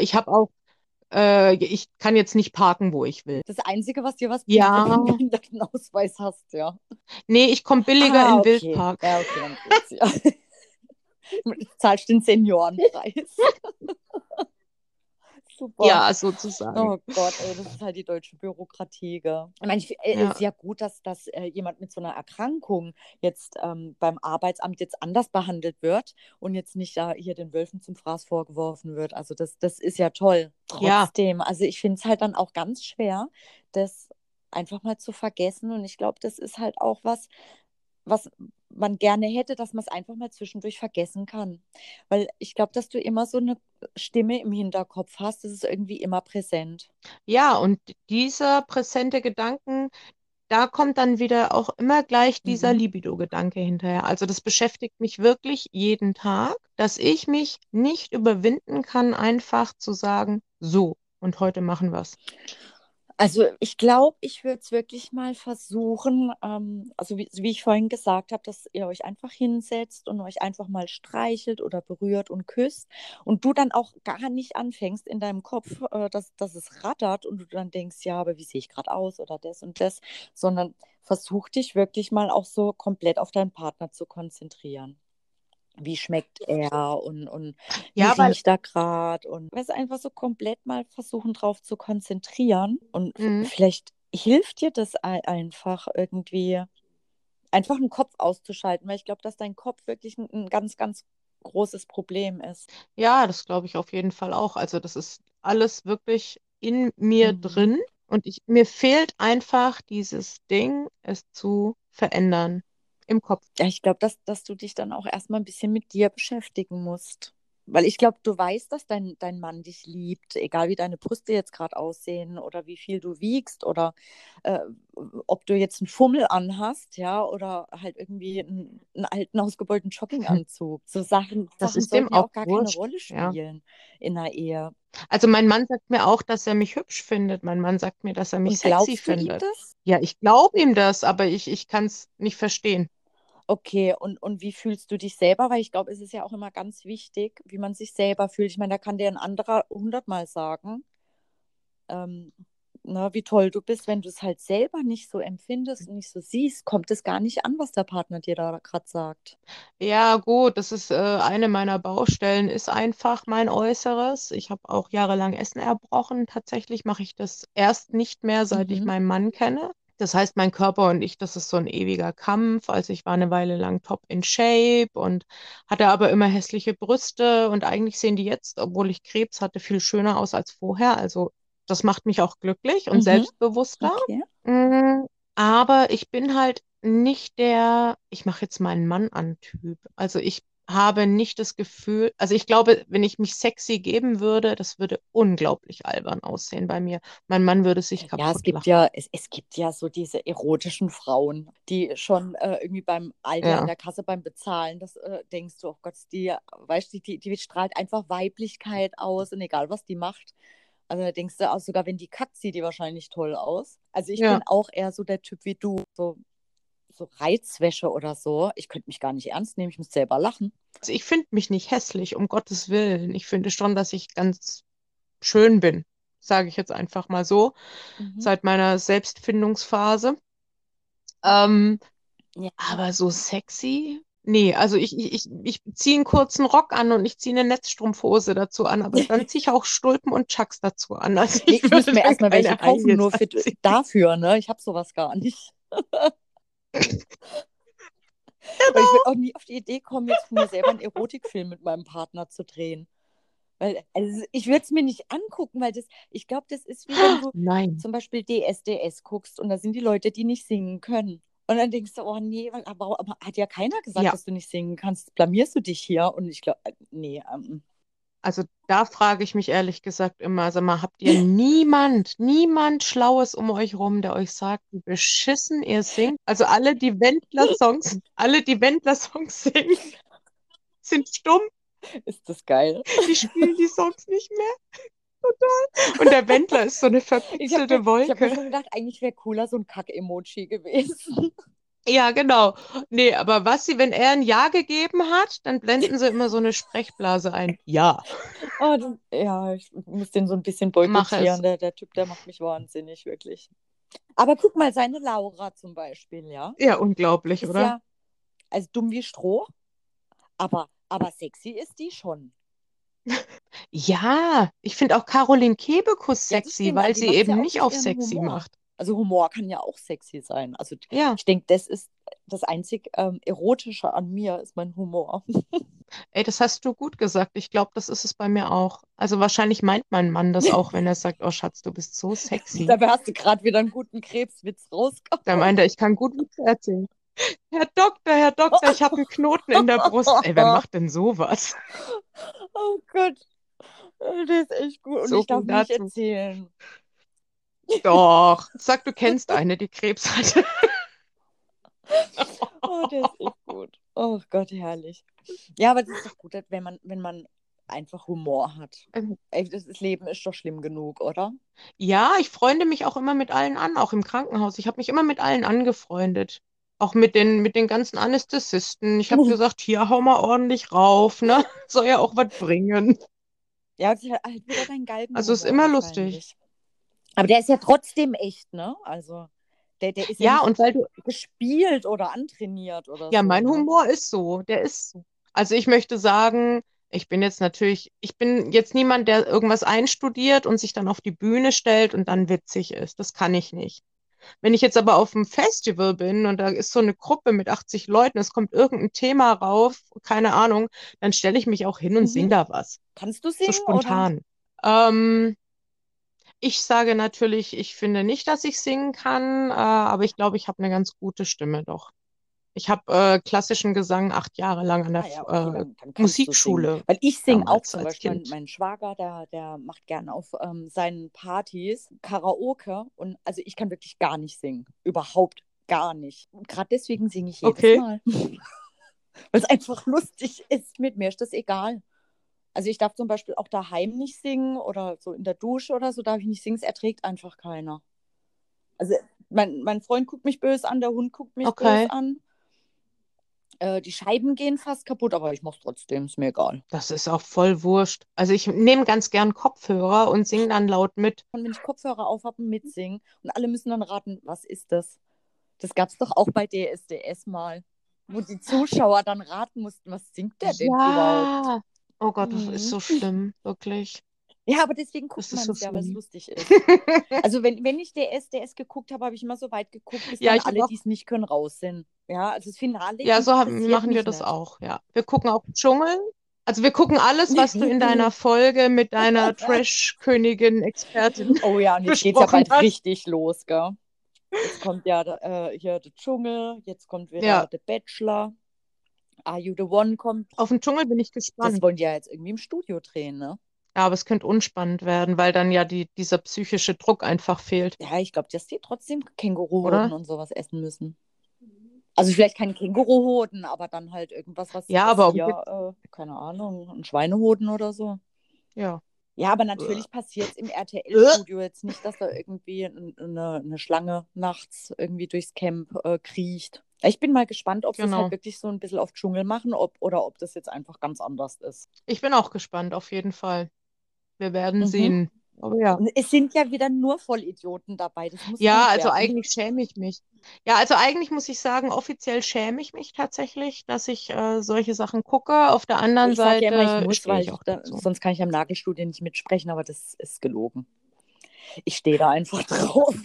ich kann jetzt nicht parken, wo ich will. Das Einzige, was dir was bringt, wenn Ja, du einen Behindertenausweis hast, ja. nee, ich komme billiger Ah, in okay. Wildpark. Ja, okay, dann geht's ja. Du zahlst den Seniorenpreis. Super. Ja, sozusagen. Oh Gott, ey, das ist halt die deutsche Bürokratie, gell? Ich meine, es ist Ja, ja gut, dass jemand mit so einer Erkrankung jetzt beim Arbeitsamt jetzt anders behandelt wird und jetzt nicht da hier den Wölfen zum Fraß vorgeworfen wird. Also das ist ja toll. ja, Trotzdem, also ich finde es halt dann auch ganz schwer, das einfach mal zu vergessen. Und ich glaube, das ist halt auch was man gerne hätte, dass man es einfach mal zwischendurch vergessen kann. Weil ich glaube, dass du immer so eine Stimme im Hinterkopf hast, das ist irgendwie immer präsent. ja, und dieser präsente Gedanken, da kommt dann wieder auch immer gleich dieser Mhm. Libido-Gedanke hinterher. Also das beschäftigt mich wirklich jeden Tag, dass ich mich nicht überwinden kann, einfach zu sagen, so, und heute machen wir's. Also ich glaube, ich würde es wirklich mal versuchen, also wie ich vorhin gesagt habe, dass ihr euch einfach hinsetzt und euch einfach mal streichelt oder berührt und küsst und du dann auch gar nicht anfängst in deinem Kopf, dass es rattert und du dann denkst, ja, aber wie sehe ich gerade aus oder das und das, sondern versuch dich wirklich mal auch so komplett auf deinen Partner zu konzentrieren. Wie schmeckt er und wie Ja, weil, riecht er gerade und weißt du, einfach so komplett mal versuchen drauf zu konzentrieren und mh, vielleicht hilft dir das einfach irgendwie, einfach den Kopf auszuschalten, weil ich glaube, dass dein Kopf wirklich ein ganz, ganz großes Problem ist. ja, das glaube ich auf jeden Fall auch. Also das ist alles wirklich in mir Mhm. drin Mir fehlt einfach dieses Ding, es zu verändern im Kopf. Ja, ich glaube, dass du dich dann auch erstmal ein bisschen mit dir beschäftigen musst. Weil ich glaube, du weißt, dass dein Mann dich liebt, egal wie deine Brüste jetzt gerade aussehen oder wie viel du wiegst oder äh, ob du jetzt einen Fummel anhast, ja, oder halt irgendwie einen alten, ausgebeulten Jogginganzug. So Das Sachen ist dem sollten ja auch auch gar keine wurscht, Rolle ja. spielen in einer Ehe. Also mein Mann sagt mir auch, dass er mich hübsch findet. Mein Mann sagt mir, dass er mich Und sexy glaubst du ihm findet. das? Ja, ich glaube ihm das, aber ich kann es nicht verstehen. Okay, und wie fühlst du dich selber? Weil ich glaube, es ist ja auch immer ganz wichtig, wie man sich selber fühlt. Ich meine, da kann dir ein anderer 100-mal sagen, ähm, ne, wie toll du bist. Wenn du es halt selber nicht so empfindest und nicht so siehst, kommt es gar nicht an, was der Partner dir da gerade sagt. Ja, gut, das ist eine meiner Baustellen, ist einfach mein Äußeres. Ich habe auch jahrelang Essen erbrochen. Tatsächlich mache ich das erst nicht mehr, seit ich Mhm. meinen Mann kenne. Das heißt, mein Körper und ich, das ist so ein ewiger Kampf. Also ich war eine Weile lang top in Shape und hatte aber immer hässliche Brüste und eigentlich sehen die jetzt, obwohl ich Krebs hatte, viel schöner aus als vorher. Also das macht mich auch glücklich und Mhm. selbstbewusster. Okay. Mm, aber ich bin halt nicht der, ich mache jetzt meinen Mann an Typ. Also ich habe nicht das Gefühl, also ich glaube, wenn ich mich sexy geben würde, das würde unglaublich albern aussehen bei mir. Mein Mann würde sich Ja, kaputt lachen. es gibt ja so diese erotischen Frauen, die schon irgendwie beim Aldi an Ja, der Kasse beim Bezahlen, das denkst du, oh Gott, weißt du, die strahlt einfach Weiblichkeit aus und egal was die macht. Also da denkst du auch, sogar wenn die kackt, sieht die wahrscheinlich toll aus. Also ich bin ja. auch eher so der Typ wie du, so Reizwäsche oder so. Ich könnte mich gar nicht ernst nehmen, ich muss selber lachen. Also ich finde mich nicht hässlich, um Gottes Willen. Ich finde schon, dass ich ganz schön bin, sage ich jetzt einfach mal so, Mhm. seit meiner Selbstfindungsphase. Ähm, Ja. Aber so sexy? Nee, also ich ziehe einen kurzen Rock an und ich ziehe eine Netzstrumpfhose dazu an, aber dann ziehe ich auch Stulpen und Chucks dazu an. Also Nee, ich ich müsste würde mir dann erstmal welche keine High kaufen, Heels nur für anziehen. dafür, ne? Ich habe sowas gar nicht. Weil ich würde auch nie auf die Idee kommen, jetzt von mir selber einen Erotikfilm mit meinem Partner zu drehen. Weil, also ich würde es mir nicht angucken, weil ich glaube, das ist wie wenn du Nein. zum Beispiel DSDS guckst und da sind die Leute, die nicht singen können. Und dann denkst du, oh nee, aber hat ja keiner gesagt, Ja, dass du nicht singen kannst. Blamierst du dich hier? Und ich glaube, nee. also da frage ich mich ehrlich gesagt immer, sag mal, habt ihr niemand Schlaues um euch rum, der euch sagt, wie beschissen ihr singt? Also alle, die Wendler-Songs singen, sind stumm, Ist das geil? die spielen die Songs nicht mehr. Und der Wendler ist so eine verpixelte Ich hab mir Wolke. schon gedacht, eigentlich wäre cooler so ein Kack-Emoji gewesen. Ja, genau. Nee, aber was sie, wenn er ein Ja gegeben hat, dann blenden sie immer so eine Sprechblase ein. Ja, Oh, ja, ich muss den so ein bisschen mach es. boykottieren. Der Typ, der macht mich wahnsinnig, wirklich. Aber guck mal, seine Laura zum Beispiel, ja, Ja, unglaublich, ist oder? ja, also dumm wie Stroh, aber sexy ist die schon. Ja, ich finde auch Caroline Kebekus Ja, das sexy, stimmt. weil Die sie macht es ja eben auch nicht durch auf ihren sexy Humor. macht. Also Humor kann ja auch sexy sein. Also Ja, ich denke, das ist das einzig Erotische an mir, ist mein Humor. ey, das hast du gut gesagt. Ich glaube, das ist es bei mir auch. Also wahrscheinlich meint mein Mann das auch, wenn er sagt, oh Schatz, du bist so sexy. Dabei hast du gerade wieder einen guten Krebswitz Da rausgehauen. meint er, ich kann gut Witze erzählen. Herr Doktor, ich habe einen Knoten in der Brust. Ey, wer macht denn sowas? Oh Gott, der ist echt gut. Und So ich viel darf nicht dazu. erzählen. Doch, sag, du kennst eine, die Krebs hatte. Oh, der ist echt gut. Oh Gott, herrlich. Ja, aber das ist doch gut, wenn man einfach Humor hat. Ähm, Ey, das Leben ist doch schlimm genug, oder? Ja, ich freunde mich auch immer mit allen an, auch im Krankenhaus. Ich habe mich immer mit allen angefreundet. Auch mit den ganzen Anästhesisten. Ich habe gesagt, hier, hau mal ordentlich rauf, ne? Soll ja auch was bringen. Ja, das ist halt wieder dein Also ist Galgenhumor immer lustig. wahrscheinlich. Aber der ist ja trotzdem echt, ne? Also, der ist ja Ja, nicht und weil du, gespielt oder antrainiert oder ja, so, mein ne? Humor ist so, der ist so. Also ich möchte sagen, ich bin jetzt niemand, der irgendwas einstudiert und sich dann auf die Bühne stellt und dann witzig ist. Das kann ich nicht. Wenn ich jetzt aber auf einem Festival bin und da ist so eine Gruppe mit 80 Leuten, es kommt irgendein Thema rauf, keine Ahnung, dann stelle ich mich auch hin und Mhm. sing da was. Kannst du So singen oder? spontan. Ähm, ich sage natürlich, ich finde nicht, dass ich singen kann, aber ich glaube, ich habe eine ganz gute Stimme doch. Ich habe klassischen Gesang 8 Jahre lang an der Ah ja, okay, dann kannst du singen. Musikschule Weil ich singe auch damals zum als Beispiel, Kind. mein Schwager, der macht gerne auf seinen Partys Karaoke und also ich kann wirklich gar nicht singen. Überhaupt gar nicht. Und gerade deswegen singe ich jedes Okay. Mal. Weil es einfach lustig ist. Mit mir ist das egal. Also ich darf zum Beispiel auch daheim nicht singen oder so in der Dusche oder so darf ich nicht singen. Es erträgt einfach keiner. Also mein Freund guckt mich böse an, der Hund guckt mich böse Okay. an. Die Scheiben gehen fast kaputt, aber ich mache es trotzdem, ist mir egal. Das ist auch voll wurscht. Also ich nehme ganz gern Kopfhörer und singe dann laut mit. Und wenn ich Kopfhörer auf habe und mitsingen und alle müssen dann raten, was ist das? Das gab es doch auch bei DSDS mal, wo die Zuschauer dann raten mussten, was singt der denn überhaupt? Ja. Oh Gott, das ist Mhm. so schlimm, wirklich. Ja, aber deswegen guckt Das ist man so es ja, weil es schlimm. lustig ist. Also wenn ich DSDS geguckt habe, habe ich immer so weit geguckt, bis Ja, dann ich habe alle, auch. die es nicht können, raus sind. Ja, also das Finale Ja, interessiert machen wir mich das nicht. auch, ja. Wir gucken auch Dschungel. Also wir gucken alles, was du in deiner Folge mit deiner Trash-Königin-Expertin Oh ja, und jetzt geht es ja besprochen bald hast. richtig los, gell? Jetzt kommt ja hier der Dschungel, jetzt kommt wieder Ja, der Bachelor. Are You the One kommt. auf den Dschungel bin ich Das gespannt. wollen die ja jetzt irgendwie im Studio drehen, ne? Ja, aber es könnte unspannend werden, weil dann ja dieser psychische Druck einfach fehlt, Ja, ich glaube, dass die trotzdem Känguruhoden oder? und sowas essen müssen. Also vielleicht keine Känguruhoden, aber dann halt irgendwas, Ja, was aber um jetzt, hier, keine Ahnung, ein Schweinehoden oder so. ja. Ja, aber Äh. natürlich passiert es im RTL-Studio jetzt nicht, dass da irgendwie eine Schlange nachts irgendwie durchs Camp kriecht. Ich bin mal gespannt, ob sie es halt Genau. wirklich so ein bisschen auf Dschungel machen, oder ob das jetzt einfach ganz anders ist. Ich bin auch gespannt, auf jeden Fall. Wir werden Mhm. sehen. Aber ja. Und es sind ja wieder nur Vollidioten dabei, das muss Ja, gut also werden. eigentlich schäme ich mich. Ja, also eigentlich muss ich sagen, offiziell schäme ich mich tatsächlich, dass ich solche Sachen gucke. Auf der anderen Ich sage ja immer, ich Seite muss, stehe weil ich auch dazu. sonst kann ich am Nagelstudio nicht mitsprechen, aber das ist gelogen. Ich stehe da einfach drauf.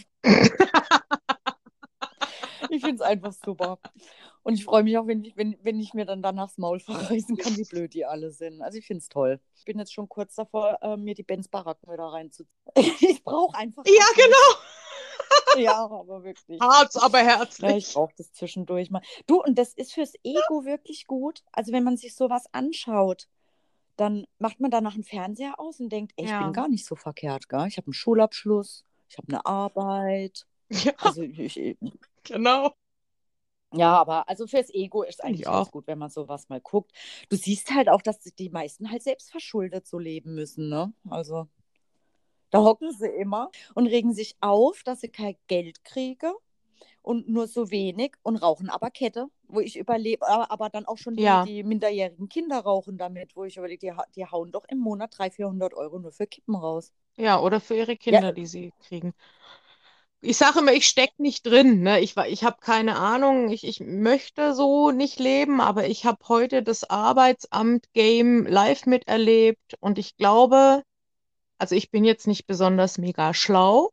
Ich finde es einfach super. Und ich freue mich auch, wenn ich mir dann danach das Maul verreißen kann, wie blöd die alle sind. Also ich finde es toll. Ich bin jetzt schon kurz davor, mir die Benz Baracken wieder reinzuziehen. Ich brauche einfach Ja, ab und genau. ja, aber wirklich. Hart, aber Ja, ich herzlich. brauche das zwischendurch mal. Du, und das ist fürs Ego wirklich gut. Also wenn man sich sowas anschaut, dann macht man danach einen Fernseher aus und denkt, ey, ich bin Ja, gar nicht so verkehrt, gell? Ich habe einen Schulabschluss, ich habe eine Arbeit. ja, Also genau. ja, aber also fürs Ego ist Finde ich eigentlich ganz auch. gut, wenn man sowas mal guckt. Du siehst halt auch, dass die meisten halt selbst verschuldet so leben müssen, ne? Also da hocken sie immer und regen sich auf, dass sie kein Geld kriegen und nur so wenig und rauchen aber Kette, wo ich überlebe, aber dann auch schon Ja, die minderjährigen Kinder rauchen damit, wo ich überlege, die hauen doch im Monat 300, 400 Euro nur für Kippen raus. ja, oder für ihre Ja, Kinder, die sie kriegen. Ich sage immer, ich stecke nicht drin, ne? Ich habe keine Ahnung. Ich möchte so nicht leben, aber ich habe heute das Arbeitsamt-Game live miterlebt und ich glaube, also ich bin jetzt nicht besonders mega schlau,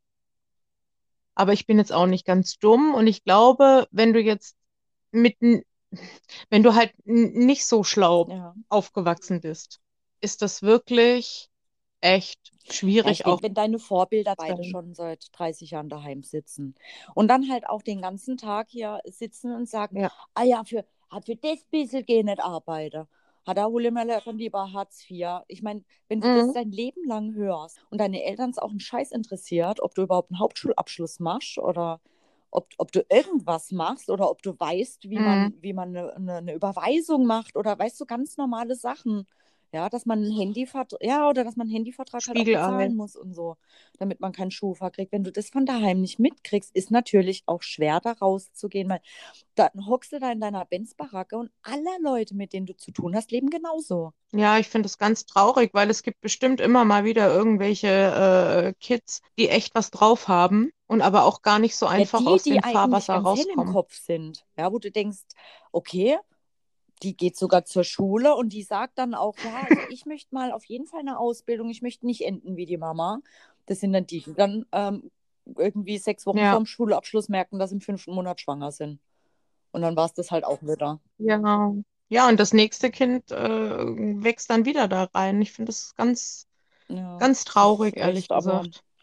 aber ich bin jetzt auch nicht ganz dumm und ich glaube, wenn du jetzt mit, wenn du halt nicht so schlau ja. aufgewachsen bist, ist das wirklich echt Ja, ich schwierig denke, wenn deine Vorbilder beide aufzustellen. schon seit 30 Jahren daheim sitzen und dann halt auch den ganzen Tag hier sitzen und sagen, Ja. ah ja, für das bisschen geh nicht arbeiten. Hat er hole mir dann lieber Hartz IV. Ich meine, wenn du das Mhm. dein Leben lang hörst und deine Eltern es auch einen Scheiß interessiert, ob du überhaupt einen Hauptschulabschluss machst oder ob du irgendwas machst oder ob du weißt, Mhm. wie man eine Überweisung macht oder weißt du, ganz normale Sachen. Ja, dass man oder dass man einen Handyvertrag halt auch Spiegelei. bezahlen muss und so, damit man keinen Schufa kriegt. Wenn du das von daheim nicht mitkriegst, ist natürlich auch schwer, da rauszugehen, weil dann hockst du da in deiner Benz-Baracke und alle Leute, mit denen du zu tun hast, leben genauso. Ja, ich finde es ganz traurig, weil es gibt bestimmt immer mal wieder irgendwelche Kids, die echt was drauf haben und aber auch gar nicht so Ja, einfach die, aus dem die eigentlich Fahrwasser ganz hell im rauskommen. Kopf sind, ja, wo du denkst, okay, die geht sogar zur Schule und die sagt dann auch, ja, also ich möchte mal auf jeden Fall eine Ausbildung, ich möchte nicht enden wie die Mama. Das sind dann die, die dann irgendwie 6 Wochen Ja, vorm Schulabschluss merken, dass sie im 5. Monat schwanger sind. Und dann war es das halt auch wieder. ja. Ja, und das nächste Kind wächst dann wieder da rein. Ich finde das ganz, Ja, ganz das ist traurig, ehrlich echt, aber gesagt.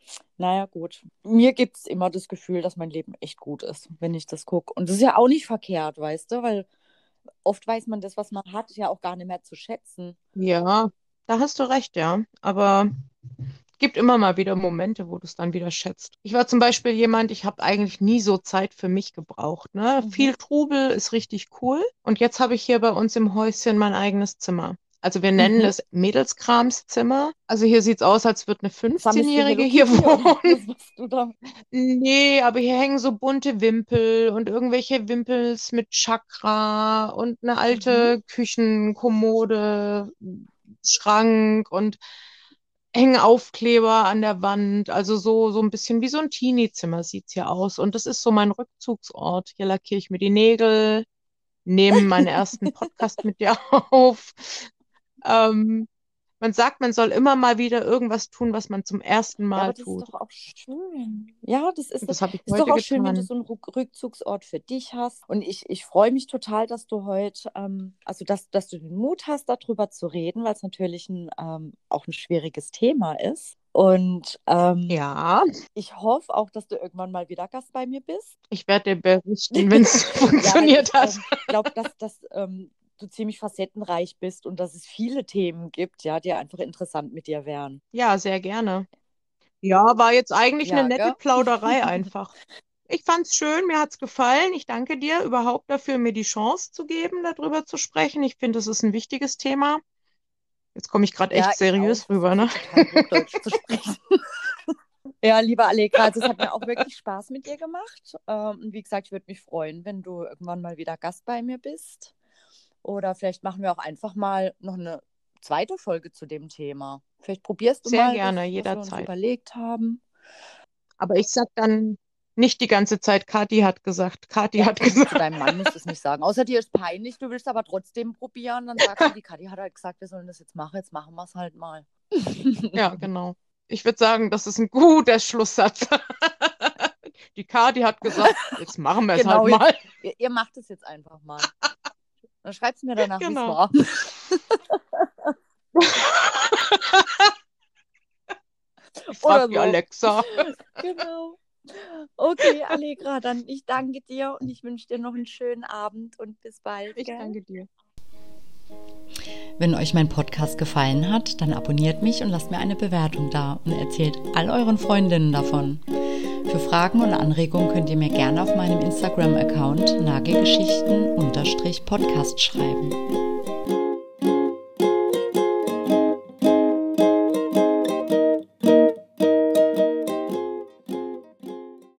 Naja, gut. Mir gibt es immer das Gefühl, dass mein Leben echt gut ist, wenn ich das gucke. Und das ist ja auch nicht verkehrt, weißt du, weil oft weiß man das, was man hat, ja auch gar nicht mehr zu schätzen. Ja, da hast du recht, ja. Aber gibt immer mal wieder Momente, wo du es dann wieder schätzt. Ich war zum Beispiel jemand, ich habe eigentlich nie so Zeit für mich gebraucht. Ne? Mhm. Viel Trubel ist richtig cool. Und jetzt habe ich hier bei uns im Häuschen mein eigenes Zimmer. Also wir nennen Mhm. es Mädelskramszimmer. Also hier sieht es aus, als würde eine Sammelst du 15-Jährige Hello hier Kitty oder wohnen. was machst du da? Nee, aber hier hängen so bunte Wimpel und irgendwelche Wimpels mit Chakra und eine Mhm. alte Küchenkommode, Schrank und hängen Aufkleber an der Wand. Also so ein bisschen wie so ein Teenie-Zimmer sieht's hier aus. Und das ist so mein Rückzugsort. Hier lackiere ich mir die Nägel, nehme meinen ersten Podcast mit dir auf. Ähm, Man sagt, man soll immer mal wieder irgendwas tun, was man zum ersten Ja, aber Mal das ist tut. doch auch schön. Ja, das Und das habe ich ist doch heute auch schön, wenn du getan. so einen Rückzugsort für dich hast. Und ich freue mich total, dass du heute, also dass du den Mut hast, darüber zu reden, weil es natürlich auch ein schwieriges Thema ist. Und Ja, ich hoffe auch, dass du irgendwann mal wieder Gast bei mir bist. ich werde dir berichten, wenn es Ja, weil funktioniert ich hat. glaube, dass du ziemlich facettenreich bist und dass es viele Themen gibt, ja, die einfach interessant mit dir wären. Ja, sehr gerne. Ja, war jetzt eigentlich eine Ja, nette gell? Plauderei einfach. Ich fand's schön, mir hat's gefallen. Ich danke dir überhaupt dafür, mir die Chance zu geben, darüber zu sprechen. Ich finde, es ist ein wichtiges Thema. Jetzt komme ich gerade Ja, echt ich auch. seriös Ich rüber, versuche ne? hier total Hochdeutsch zu sprechen. Ja, liebe Allegra, also es hat mir auch wirklich Spaß mit dir gemacht. Und wie gesagt, ich würde mich freuen, wenn du irgendwann mal wieder Gast bei mir bist. Oder vielleicht machen wir auch einfach mal noch eine zweite Folge zu dem Thema. Vielleicht probierst du Sehr mal gerne, das, was wir uns jederzeit. überlegt haben. Aber ich sag dann nicht die ganze Zeit, Kathi hat gesagt, Kathi Ja, hat zu gesagt. deinem Mann musst du es nicht sagen. Außer dir ist peinlich, du willst aber trotzdem probieren. Dann sagst du, die Kathi hat halt gesagt, wir sollen das jetzt machen wir es halt mal. Ja, genau. Ich würde sagen, das ist ein guter Schlusssatz. Die Kathi hat gesagt, jetzt machen wir es halt Genau, jetzt, mal. ihr macht es jetzt einfach mal. Dann schreibt es mir danach, wie es Genau. war. Ich frage Oder die so. Alexa. Genau. Okay, Allegra, dann ich danke dir und ich wünsche dir noch einen schönen Abend und bis bald, Ich gell? danke dir. Wenn euch mein Podcast gefallen hat, dann abonniert mich und lasst mir eine Bewertung da und erzählt all euren Freundinnen davon. Für Fragen und Anregungen könnt ihr mir gerne auf meinem Instagram-Account nagelgeschichten_podcast schreiben.